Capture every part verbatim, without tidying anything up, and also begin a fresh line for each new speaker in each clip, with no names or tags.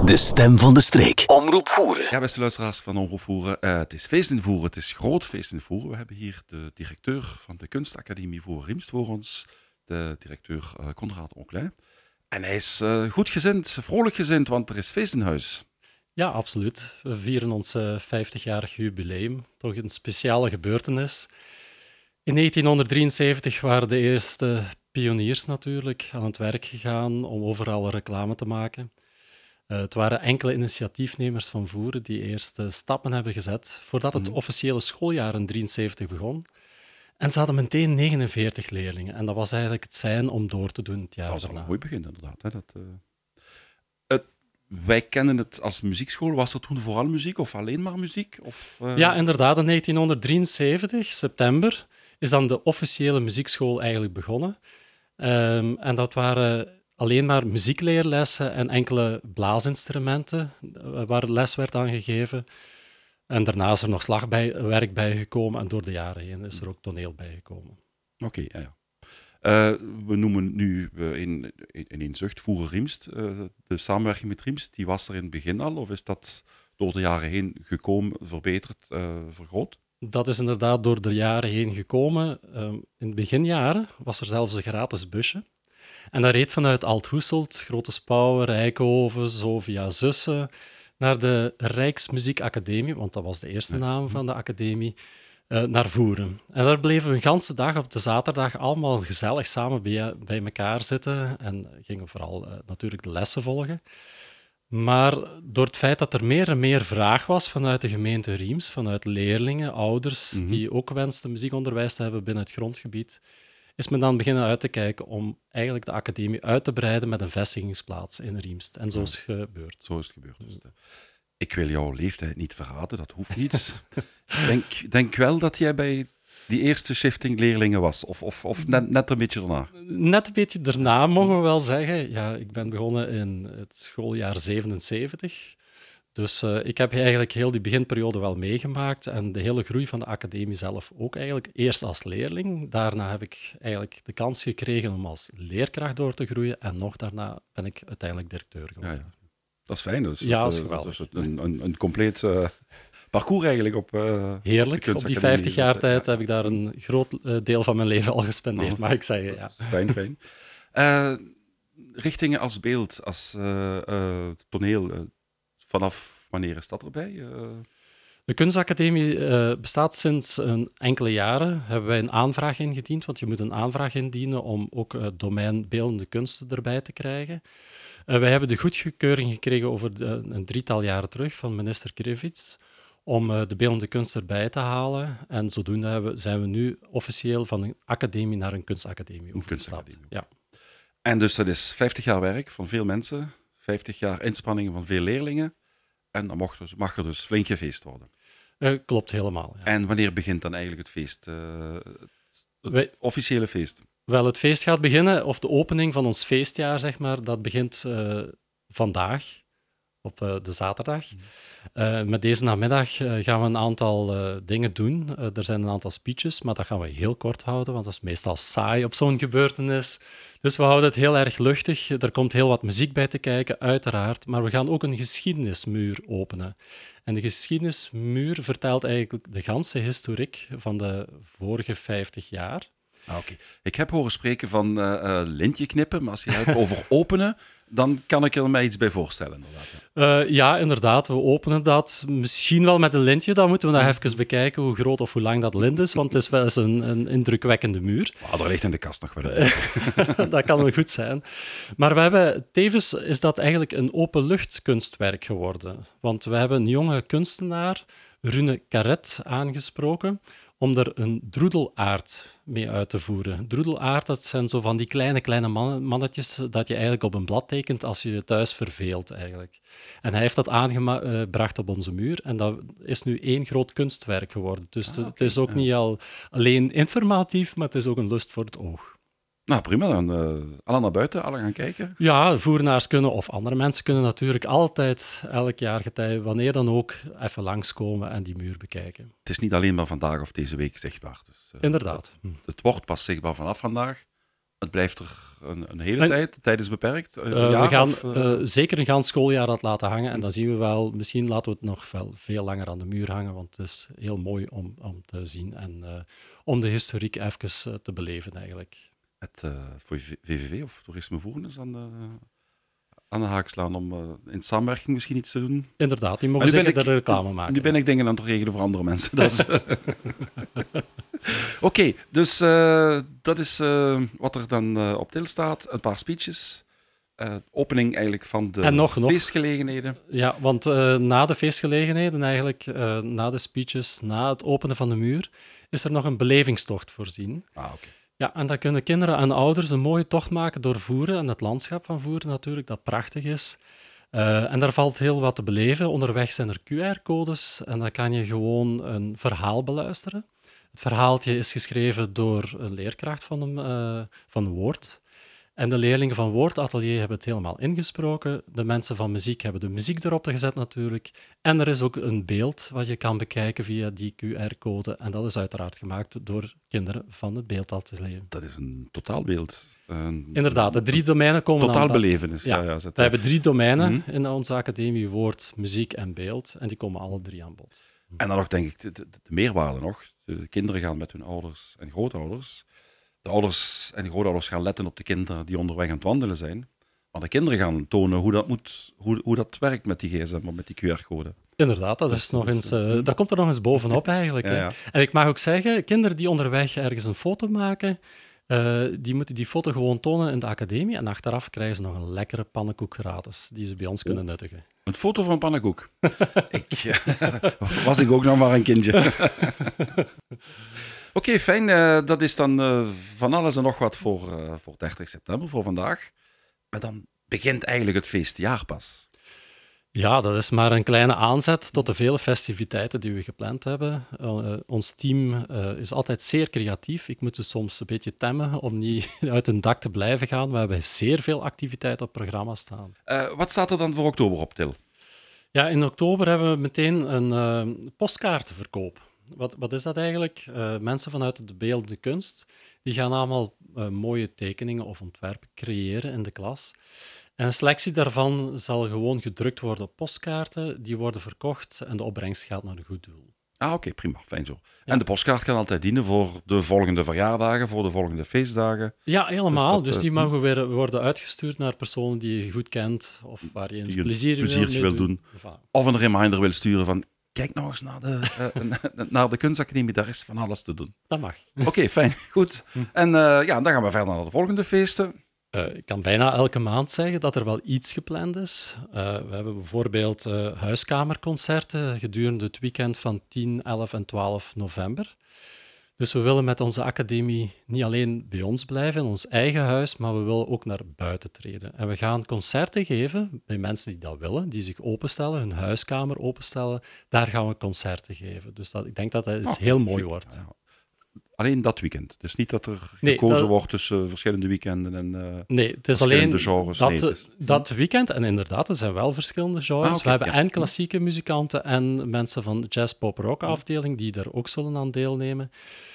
De stem van de streek. Omroep Voeren.
Ja, beste luisteraars van Omroep Voeren. Uh, het is feest in Voeren. Het is groot feest in Voeren. We hebben hier de directeur van de Kunstacademie Voeren-Riemst voor ons. De directeur uh, Conrad Onklijn. En hij is uh, goedgezind, vrolijk gezind, want er is feest in huis.
Ja, absoluut. We vieren ons uh, vijftigjarig jubileum. Toch een speciale gebeurtenis. In negentienhonderddrieënzeventig waren de eerste pioniers natuurlijk aan het werk gegaan om overal reclame te maken. Uh, het waren enkele initiatiefnemers van Voeren die eerst uh, stappen hebben gezet voordat het mm. officiële schooljaar in drieënzeventig begon. En ze hadden meteen negenenveertig leerlingen. En dat was eigenlijk het zijn om door te doen het jaar
Dat was
daarna.
al een mooi begin, inderdaad. Hè? Dat, uh... het, wij kennen het als muziekschool. Was er toen vooral muziek of alleen maar muziek? Of, uh...
Ja, inderdaad. In negentienhonderddrieënzeventig, september, is dan de officiële muziekschool eigenlijk begonnen. Um, en dat waren alleen maar muziekleerlessen en enkele blaasinstrumenten waar les werd aan gegeven. En daarna is er nog slagwerk bijgekomen en door de jaren heen is er ook toneel bijgekomen.
Oké, okay, ja, ja. Uh, we noemen nu uh, in, in, in een zucht Voeren-Riemst. Uh, de samenwerking met Riemst, die was er in het begin al? Of is dat door de jaren heen gekomen, verbeterd, uh, vergroot?
Dat is inderdaad door de jaren heen gekomen. Um, in de beginjaren was er zelfs een gratis busje. En dat reed vanuit Alt-Hoeselt, Grote Spouwen, Rijkhoven, zo via Zussen, naar de Rijksmuziekacademie, want dat was de eerste naam van de academie, uh, naar Voeren. En daar bleven we een ganse dag op de zaterdag allemaal gezellig samen bij, bij elkaar zitten en gingen vooral uh, natuurlijk de lessen volgen. Maar door het feit dat er meer en meer vraag was vanuit de gemeente Riemst, vanuit leerlingen, ouders, mm-hmm. die ook wensten muziekonderwijs te hebben binnen het grondgebied, is men dan beginnen uit te kijken om eigenlijk de academie uit te breiden met een vestigingsplaats in Riemst. En zo is het gebeurd.
Zo is het gebeurd. Dus de... Ik wil jouw leeftijd niet verraden, dat hoeft niet. Ik denk, denk wel dat jij bij die eerste shifting leerlingen was, of, of, of net, net een beetje daarna?
Net een beetje daarna, mogen we wel zeggen. Ja, ik ben begonnen in het schooljaar zevenenzeventig. Dus uh, ik heb eigenlijk heel die beginperiode wel meegemaakt en de hele groei van de academie zelf ook eigenlijk. Eerst als leerling, daarna heb ik eigenlijk de kans gekregen om als leerkracht door te groeien en nog daarna ben ik uiteindelijk directeur geworden.
Ja, ja. Dat is fijn. Dat is,
ja, dat is
uh,
geweldig.
Dat is een, een, een compleet uh, parcours eigenlijk op uh,
Heerlijk. Op die vijftig jaar tijd ja. heb ik daar een groot uh, deel van mijn leven al gespendeerd, oh. mag ik zeggen. Ja.
Fijn, fijn. Uh, richtingen als beeld, als uh, uh, toneel, uh, vanaf wanneer is dat erbij? Uh...
De kunstacademie uh, bestaat sinds een enkele jaren. Hebben wij een aanvraag ingediend, want je moet een aanvraag indienen om ook het uh, domein beeldende kunsten erbij te krijgen. Uh, wij hebben de goedkeuring gekregen over de, een drietal jaren terug van minister Krivits om uh, de beeldende kunst erbij te halen. En zodoende hebben, zijn we nu officieel van een academie naar een kunstacademie
Een kunstacademie.
Ja.
En dus dat is vijftig jaar werk van veel mensen, vijftig jaar inspanningen van veel leerlingen. En dan mag, dus, mag er dus flink gefeest worden.
Uh, klopt helemaal. Ja.
En wanneer begint dan eigenlijk het feest? Uh, het
Wij,
officiële feest?
Wel, het feest gaat beginnen, of de opening van ons feestjaar, zeg maar, dat begint uh, vandaag, op uh, de zaterdag. Uh, met deze namiddag uh, gaan we een aantal uh, dingen doen. Uh, er zijn een aantal speeches, maar dat gaan we heel kort houden, want dat is meestal saai op zo'n gebeurtenis. Dus we houden het heel erg luchtig. Er komt heel wat muziek bij te kijken, uiteraard. Maar we gaan ook een geschiedenismuur openen. En de geschiedenismuur vertelt eigenlijk de ganse historiek van de vorige vijftig jaar.
Ah, Oké. Okay. Ik heb horen spreken van uh, uh, lintje knippen, maar als je het over openen, dan kan ik er mij iets bij voorstellen. Inderdaad.
Uh, ja, inderdaad. We openen dat misschien wel met een lintje. Dan moeten we nog even bekijken hoe groot of hoe lang dat lint is, want het is wel eens een, een indrukwekkende muur.
Ah, er ligt in de kast nog wel een.
Dat kan wel goed zijn. Maar we hebben, tevens is dat eigenlijk een openluchtkunstwerk geworden. Want we hebben een jonge kunstenaar, Rune Carret, aangesproken om er een droedelaard mee uit te voeren. Droedelaard, dat zijn zo van die kleine, kleine man- mannetjes dat je eigenlijk op een blad tekent als je je thuis verveelt, eigenlijk. En hij heeft dat aangebracht op onze muur en dat is nu één groot kunstwerk geworden. Dus ah, okay. Het is ook ja. niet al alleen informatief, maar het is ook een lust voor het oog.
Nou, prima. Dan uh, alle naar buiten, alle gaan kijken.
Ja, voerenaars kunnen, of andere mensen kunnen natuurlijk altijd, elk jaar getij, wanneer dan ook, even langskomen en die muur bekijken.
Het is niet alleen maar vandaag of deze week zichtbaar. Dus, uh,
Inderdaad.
Het, het wordt pas zichtbaar vanaf vandaag, Het blijft er een, een hele
En-
tijd, de tijd is beperkt. Een
Uh,
jaar
we gaan
of, uh,
uh, zeker een gans schooljaar dat laten hangen. En dan zien we wel, misschien laten we het nog wel veel langer aan de muur hangen, want het is heel mooi om, om te zien en uh, om de historiek even uh, te beleven eigenlijk.
Het uh, voor V V V of Toerisme Voeren is aan de, aan de haak slaan om uh, in samenwerking misschien iets te doen.
Inderdaad, die mogen zeker ik, de reclame maken.
Nu ben ik dingen aan het regelen voor andere mensen. Oké, okay, dus uh, dat is uh, wat er dan uh, op til staat. Een paar speeches. Uh, opening eigenlijk van de
en nog,
feestgelegenheden.
Nog. Ja, want uh, na de feestgelegenheden, eigenlijk uh, na de speeches, na het openen van de muur, is er nog een belevingstocht voorzien.
Ah, oké. Okay.
Ja, en dan kunnen kinderen en ouders een mooie tocht maken door Voeren en het landschap van Voeren natuurlijk, dat prachtig is. Uh, en daar valt heel wat te beleven. Onderweg zijn er Q R-codes en dan kan je gewoon een verhaal beluisteren. Het verhaaltje is geschreven door een leerkracht van, een, uh, van Woord. En de leerlingen van Woordatelier hebben het helemaal ingesproken. De mensen van muziek hebben de muziek erop gezet natuurlijk. En er is ook een beeld wat je kan bekijken via die Q R-code. En dat is uiteraard gemaakt door kinderen van het Beeldatelier.
Dat is een totaalbeeld. Een...
Inderdaad, de drie domeinen komen
Totaal
aan bod.
belevenis. Ja, ja,
we hebben drie domeinen
mm-hmm.
in onze academie, woord, muziek en beeld. En die komen alle drie aan bod.
En dan nog denk ik, de, de, de meerwaarde nog. De kinderen gaan met hun ouders en grootouders. De ouders en de grootouders gaan letten op de kinderen die onderweg aan het wandelen zijn. Maar de kinderen gaan tonen hoe dat, moet, hoe, hoe dat werkt met die gsm of met die Q R-code.
Inderdaad, dat, is nog eens, uh, dat komt er nog eens bovenop eigenlijk.
Ja, ja.
En ik mag ook zeggen, kinderen die onderweg ergens een foto maken, uh, die moeten die foto gewoon tonen in de academie en achteraf krijgen ze nog een lekkere pannenkoek gratis, die ze bij ons kunnen nuttigen.
Een foto van een pannenkoek? ik, was ik ook nog maar een kindje. Oké, okay, fijn. Uh, dat is dan uh, van alles en nog wat voor, uh, voor dertig september, voor vandaag. Maar dan begint eigenlijk het feestjaar pas.
Ja, dat is maar een kleine aanzet tot de vele festiviteiten die we gepland hebben. Uh, ons team uh, is altijd zeer creatief. Ik moet ze soms een beetje temmen om niet uit hun dak te blijven gaan. We hebben zeer veel activiteiten op het programma staan.
Uh, wat staat er dan voor oktober op, Til?
Ja, in oktober hebben we meteen een uh, postkaartenverkoop. Wat, wat is dat eigenlijk? Uh, mensen vanuit de beeldende kunst die gaan allemaal uh, mooie tekeningen of ontwerpen creëren in de klas. En een selectie daarvan zal gewoon gedrukt worden op postkaarten. Die worden verkocht en de opbrengst gaat naar een goed doel.
Ah, oké, okay, prima. Fijn zo. Ja. En de postkaart kan altijd dienen voor de volgende verjaardagen, voor de volgende feestdagen.
Ja, helemaal. Dus, dat, dus die uh, mogen
hm.
weer worden uitgestuurd naar personen die je goed kent of waar je eens plezier
pleziertje wil, wil doen. doen. Of een reminder wil sturen van... Kijk nog eens naar de, uh, naar de kunstacademie, daar is van alles te doen.
Dat mag.
Oké, okay, fijn, goed. En uh, ja, dan gaan we verder naar de volgende feesten.
Uh, ik kan bijna elke maand zeggen dat er wel iets gepland is. Uh, we hebben bijvoorbeeld uh, huiskamerconcerten gedurende het weekend van tien, elf en twaalf november. Dus we willen met onze academie niet alleen bij ons blijven, in ons eigen huis, maar we willen ook naar buiten treden. En we gaan concerten geven bij mensen die dat willen, die zich openstellen, hun huiskamer openstellen. Daar gaan we concerten geven. Dus dat, ik denk dat dat eens oh, heel mooi super. wordt. Ja.
Alleen dat weekend? Dus niet dat er gekozen nee, dat... wordt tussen uh, verschillende weekenden en uh,
nee, het is alleen
genres?
Dat,
nee,
dus... dat weekend. En inderdaad, er zijn wel verschillende genres. Ah, okay, we hebben ja. en klassieke muzikanten en mensen van de jazz-pop-rock afdeling die er ook zullen aan deelnemen.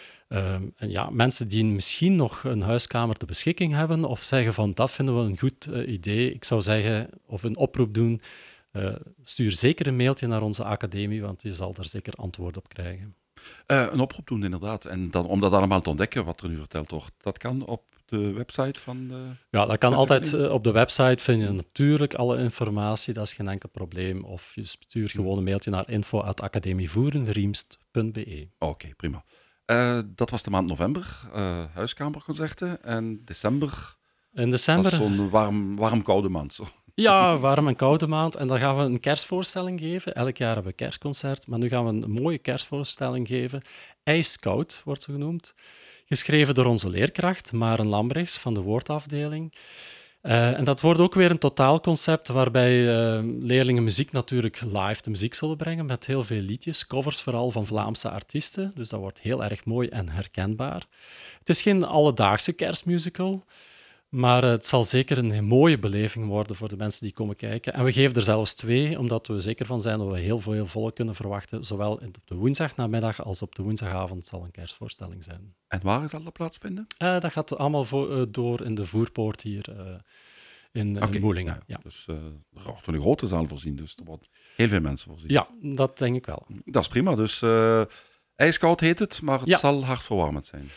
Um, en ja, mensen die misschien nog een huiskamer ter beschikking hebben of zeggen van dat vinden we een goed uh, idee. Ik zou zeggen, of een oproep doen, uh, stuur zeker een mailtje naar onze academie, want je zal daar zeker antwoord op krijgen.
Uh, een oproep doen, inderdaad. En dan, om dat allemaal te ontdekken, wat er nu verteld wordt, dat kan op de website van de...
Ja, dat kan altijd uh, op de website. Vind je natuurlijk alle informatie, dat is geen enkel probleem. Of je stuurt gewoon een mailtje naar info at academievoerenriemst punt b e.
Oké, okay, prima. Uh, dat was de maand november, uh, huiskamerconcerten. En december,
In december...
was zo'n warm, warm koude maand. Zo.
Ja, warm en koude maand. En dan gaan we een kerstvoorstelling geven. Elk jaar hebben we een kerstconcert, maar nu gaan we een mooie kerstvoorstelling geven. IJskoud wordt ze genoemd. Geschreven door onze leerkracht, Maren Lambrechts van de woordafdeling. Uh, en dat wordt ook weer een totaalconcept waarbij uh, leerlingen muziek natuurlijk live de muziek zullen brengen met heel veel liedjes, covers vooral van Vlaamse artiesten. Dus dat wordt heel erg mooi en herkenbaar. Het is geen alledaagse kerstmusical, Maar uh, het zal zeker een mooie beleving worden voor de mensen die komen kijken. En we geven er zelfs twee, omdat we zeker van zijn dat we heel veel volk kunnen verwachten. Zowel op de woensdagnamiddag als op de woensdagavond zal een kerstvoorstelling zijn.
En waar zal dat plaatsvinden?
Uh, dat gaat allemaal vo- uh, door in de voerpoort hier uh, in, uh,
okay,
in Moelingen.
Ja,
ja.
Dus uh, er wordt een grote zaal voorzien, dus er wordt heel veel mensen voorzien.
Ja, dat denk ik wel.
Dat is prima. Dus uh, ijskoud heet het, maar het
ja.
zal hartverwarmend zijn.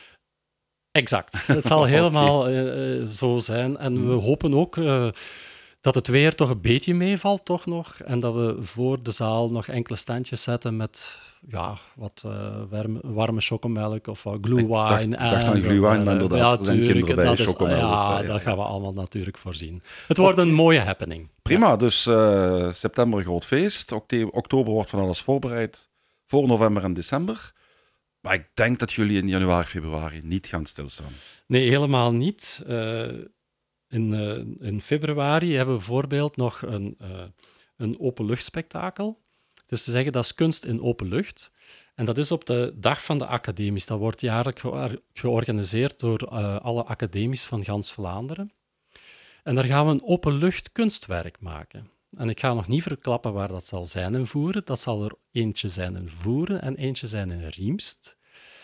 Exact. Het zal helemaal okay. uh, zo zijn. En mm. we hopen ook uh, dat het weer toch een beetje meevalt, toch nog. En dat we voor de zaal nog enkele standjes zetten met ja, wat uh, warme, warme chocomelk of wat glühwein.
Ik dacht, dacht aan glühwein, maar inderdaad,
ja,
er zijn kinderen bij,
dat is,
chocomelk.
Ja,
dus, uh,
dat gaan we allemaal natuurlijk voorzien. Het wordt okay. een mooie happening.
Prima, ja. dus uh, september een groot feest. October, oktober wordt van alles voorbereid. Voor november en december. Maar ik denk dat jullie in januari, februari niet gaan stilstaan.
Nee, helemaal niet. Uh, in, uh, in februari hebben we bijvoorbeeld nog een, uh, een openluchtspektakel. Het is te zeggen, dat is kunst in open lucht. En dat is op de Dag van de Academies. Dat wordt jaarlijks ge- georganiseerd door uh, alle academies van gans Vlaanderen. En daar gaan we een openlucht kunstwerk maken. En ik ga nog niet verklappen waar dat zal zijn in Voeren. Dat zal er eentje zijn in Voeren en eentje zijn in Riemst.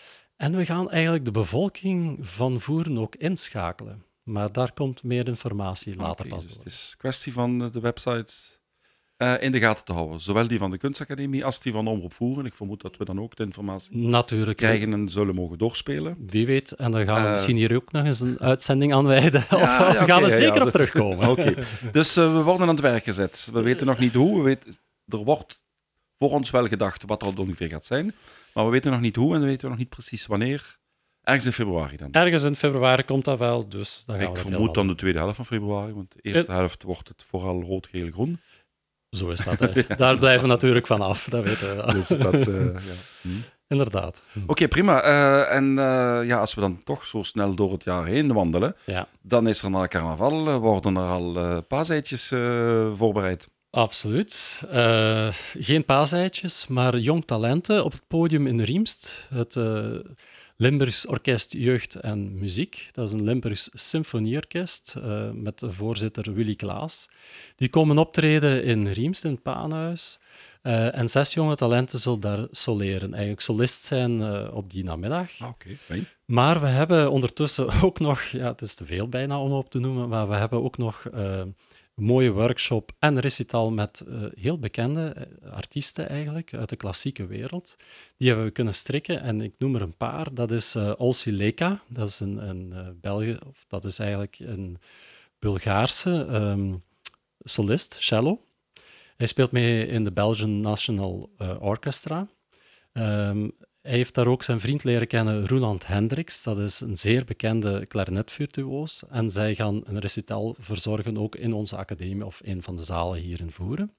En we gaan eigenlijk de bevolking van Voeren ook inschakelen. Maar daar komt meer informatie later okay, pas
dus
door.
Het is kwestie van de websites uh, in de gaten te houden. Zowel die van de Kunstacademie als die van Omroep Voeren. Ik vermoed dat we dan ook de informatie
Natuurlijk,
krijgen en zullen mogen doorspelen.
Wie weet. En dan gaan we uh, misschien hier ook nog eens een uitzending aan wijden. Ja, of, of
ja,
we gaan
okay,
er zeker
ja, ja,
op terugkomen.
Oké. Okay. Dus uh, we worden aan het werk gezet. We weten nog niet hoe. We weten, er wordt voor ons wel gedacht wat er ongeveer gaat zijn. Maar we weten nog niet hoe en we weten nog niet precies wanneer. Ergens in februari dan.
Ergens in februari komt dat wel, dus dan gaan
Ik
we
vermoed dan de tweede helft van februari, want de eerste het... helft wordt het vooral rood, geel, groen.
Zo is dat. ja. Daar blijven we natuurlijk van af, dat weten we wel.
Dus dat, uh, ja. hm.
Inderdaad.
Oké, okay, prima. Uh, en uh, ja, als we dan toch zo snel door het jaar heen wandelen,
ja.
dan is er na carnaval, worden er al uh, paaseitjes uh, voorbereid.
Absoluut. Uh, geen paaseitjes, maar jong talenten op het podium in Riemst. Het uh, Limburgs Orkest Jeugd en Muziek. Dat is een Limburgs symfonieorkest uh, met de voorzitter Willy Klaas. Die komen optreden in Riemst, in het Paanhuis. Uh, en zes jonge talenten zullen daar soleren. Eigenlijk solist zijn uh, op die namiddag.
Ah, oké, fijn.
Maar we hebben ondertussen ook nog... Ja, het is te veel bijna om op te noemen, maar we hebben ook nog... Uh, een mooie workshop en recital met uh, heel bekende uh, artiesten eigenlijk uit de klassieke wereld. Die hebben we kunnen strikken en ik noem er een paar. Dat is uh, Olsi Leka, dat is een, een uh, België, of dat is eigenlijk een Bulgaarse um, solist, cello. Hij speelt mee in de Belgian National uh, Orchestra. Um, Hij heeft daar ook zijn vriend leren kennen, Roeland Hendricks. Dat is een zeer bekende klarinetvirtuoos. En zij gaan een recital verzorgen ook in onze academie of een van de zalen hier in Voeren.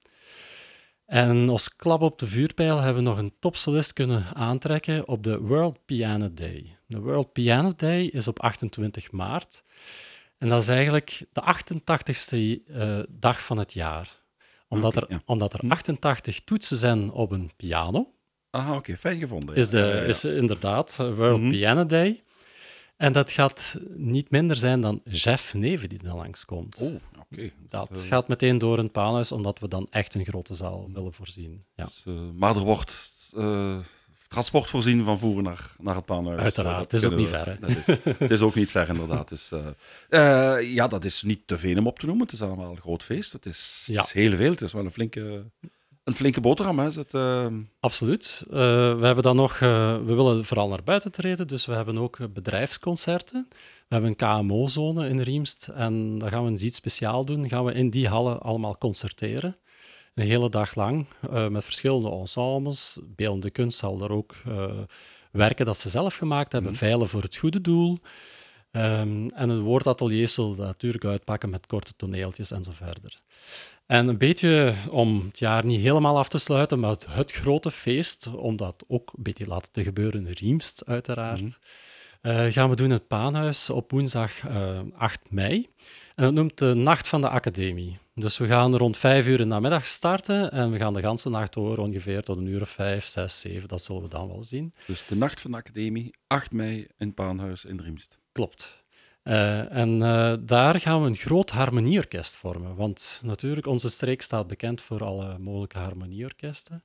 En als klap op de vuurpijl hebben we nog een topsolist kunnen aantrekken op de World Piano Day. De World Piano Day is op achtentwintig maart. En dat is eigenlijk de achtentachtigste uh, dag van het jaar. Omdat, okay, er, ja. omdat er achtentachtig toetsen zijn op een piano.
Ah, oké, okay. Fijn gevonden.
Is, de, ja, ja, ja. is inderdaad World mm-hmm. Piano Day. En dat gaat niet minder zijn dan Jeff Neven die er langskomt.
Oh, oké. Okay.
Dat dus, uh... gaat meteen door een paanhuis, omdat we dan echt een grote zaal willen voorzien. Ja.
Dus, uh, maar er wordt uh, transport voorzien van Voeren naar, naar het paanhuis.
Uiteraard, het is ook niet ver. Hè?
Dat is, het is ook niet ver, inderdaad. Dus, uh, uh, ja, dat is niet te veel om op te noemen. Het is allemaal een groot feest. Het is, ja. het is heel veel. Het is wel een flinke... Een flinke boterham, hè? Is het, uh...
Absoluut. Uh, we hebben dan nog, uh, we willen vooral naar buiten treden, dus we hebben ook bedrijfsconcerten. We hebben een K M O-zone in Riemst en dan gaan we eens iets speciaals doen. Dan gaan we in die hallen allemaal concerteren. Een hele dag lang, uh, met verschillende ensembles. Beeldende kunst zal er ook uh, werken dat ze zelf gemaakt hebben, mm. veilen voor het goede doel. Um, en het woordatelier zullen dat natuurlijk uitpakken met korte toneeltjes en zo verder. En een beetje om het jaar niet helemaal af te sluiten, maar het, het grote feest, om dat ook een beetje laten te gebeuren in Riemst, uiteraard, mm-hmm. uh, gaan we doen in het Paanhuis op woensdag uh, acht mei. En dat noemt de Nacht van de Academie. Dus we gaan rond vijf uur in de namiddag starten en we gaan de hele nacht door, ongeveer tot een uur of vijf, zes, zeven, dat zullen we dan wel zien.
Dus de Nacht van de Academie, acht mei in Paanhuis in Riemst.
Klopt. Uh, en uh, daar gaan we een groot harmonieorkest vormen. Want natuurlijk, onze streek staat bekend voor alle mogelijke harmonieorkesten.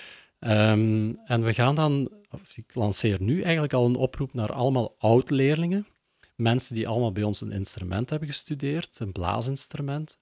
Um, en we gaan dan, of ik lanceer nu eigenlijk al een oproep naar allemaal oud-leerlingen. Mensen die allemaal bij ons een instrument hebben gestudeerd, een blaasinstrument.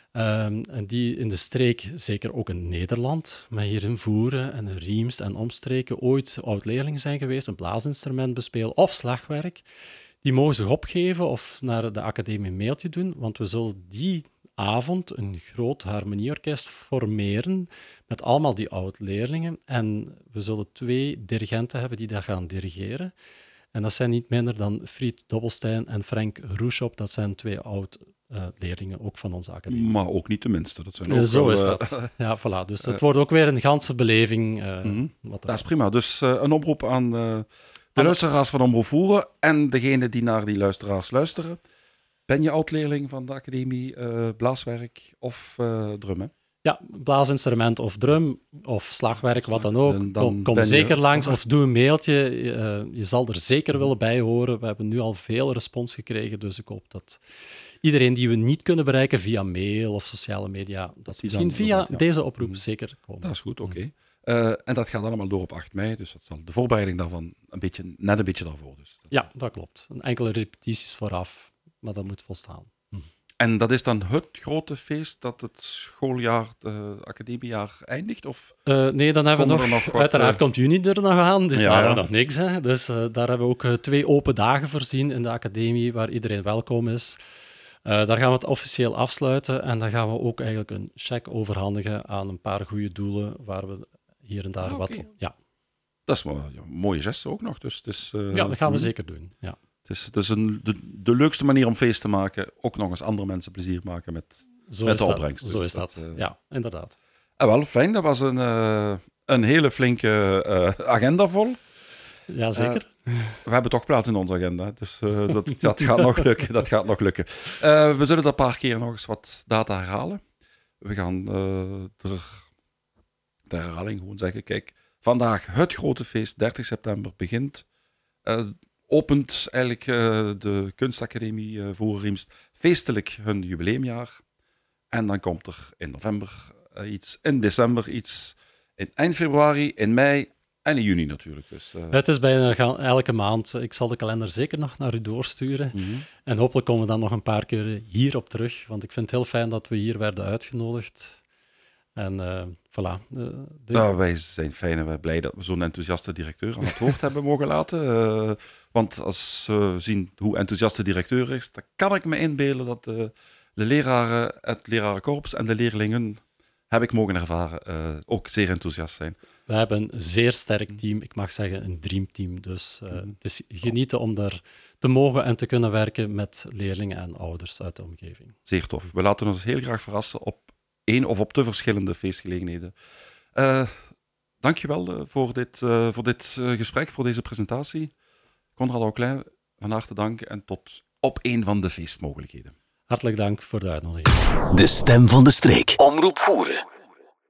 Um, en die in de streek, zeker ook in Nederland, maar hier in Voeren en in Riemst en omstreken, ooit oud-leerling zijn geweest, een blaasinstrument bespelen of slagwerk. Die mogen zich opgeven of naar de academie een mailtje doen, want we zullen die avond een groot harmonieorkest formeren met allemaal die oud-leerlingen. En we zullen twee dirigenten hebben die dat gaan dirigeren. En dat zijn niet minder dan Fried Dobbelstein en Frank Roeshop. Dat zijn twee oud-leerlingen, uh, ook van onze academie.
Maar ook niet de minste. Dat zijn ook
uh, zo
wel,
is
uh,
dat. Ja, voilà. Dus het uh, wordt ook weer een ganse beleving. Uh,
mm-hmm.
wat
dat is prima. Dus uh, een oproep aan uh, de luisteraars van Omroep Voeren en degene die naar die luisteraars luisteren. Ben je oud-leerling van de academie uh, blaaswerk of uh, drum? Hè?
Ja, blaasinstrument of drum of slagwerk, Slag, wat dan ook. Dan kom kom zeker
je...
langs of doe een mailtje. Uh, je zal er zeker willen bij horen. We hebben nu al veel respons gekregen, dus ik hoop dat iedereen die we niet kunnen bereiken via mail of sociale media, dat ze misschien via ja. deze oproep zeker komen.
Dat is goed, oké. Okay. Uh, en dat gaat allemaal door op acht mei, dus dat zal de voorbereiding daarvan een beetje, net een beetje daarvoor. Dus dat...
Ja, dat klopt. Een enkele repetities vooraf, maar dat moet volstaan. Hm.
En dat is dan het grote feest dat het schooljaar, het academiejaar eindigt? Of
uh, nee, dan hebben we nog, nog wat, uiteraard uh... komt juni er nog aan, dus ja, daar hebben we nog niks. Hè. Dus uh, daar hebben we ook uh, twee open dagen voorzien in de academie, waar iedereen welkom is. Uh, daar gaan we het officieel afsluiten en dan gaan we ook eigenlijk een cheque overhandigen aan een paar goede doelen, waar we hier en daar ah, okay. wat... Ja.
Dat is maar ja, een mooie geste ook nog. Dus het is, uh,
ja, dat gaan we zeker doen, ja.
Het is, het is een, de, de leukste manier om feest te maken. Ook nog eens andere mensen plezier maken met,
zo
met de
dat.
opbrengst.
Dus zo is dat, dat uh, ja, inderdaad.
En wel, fijn. Dat was een, uh, een hele flinke uh, agenda vol.
Ja, zeker.
Uh, we hebben toch plaats in onze agenda, dus uh, dat, dat gaat nog lukken. Dat gaat nog lukken. Uh, we zullen dat een paar keer nog eens wat data herhalen. We gaan uh, er de herhaling gewoon zeggen, kijk, vandaag het grote feest, dertig september, begint... Uh, opent eigenlijk uh, de kunstacademie uh, Voeren Riemst feestelijk hun jubileumjaar. En dan komt er in november uh, iets, in december iets, in eind februari, in mei en in juni natuurlijk. Dus, uh...
Het is bijna elke maand. Ik zal de kalender zeker nog naar u doorsturen. Mm-hmm. En hopelijk komen we dan nog een paar keer hierop terug. Want ik vind het heel fijn dat we hier werden uitgenodigd. En uh, voilà. Uh,
de... nou, wij zijn fijn en wij blij dat we zo'n enthousiaste directeur aan het woord hebben mogen laten. Uh, want als we zien hoe enthousiast de directeur is, dan kan ik me inbeelden dat de, de leraren, het lerarenkorps en de leerlingen, heb ik mogen ervaren, uh, ook zeer enthousiast zijn.
We hebben een zeer sterk team, ik mag zeggen een dreamteam. Dus uh, mm. het is genieten om daar te mogen en te kunnen werken met leerlingen en ouders uit de omgeving.
Zeer tof. We laten ons heel graag verrassen op één of op te verschillende feestgelegenheden. Uh, dankjewel uh, voor dit, uh, voor dit uh, gesprek, voor deze presentatie. Konrad Auclin, van harte dank en tot op één van de feestmogelijkheden.
Hartelijk dank voor de uitnodiging.
De stem van de streek. Omroep Voeren.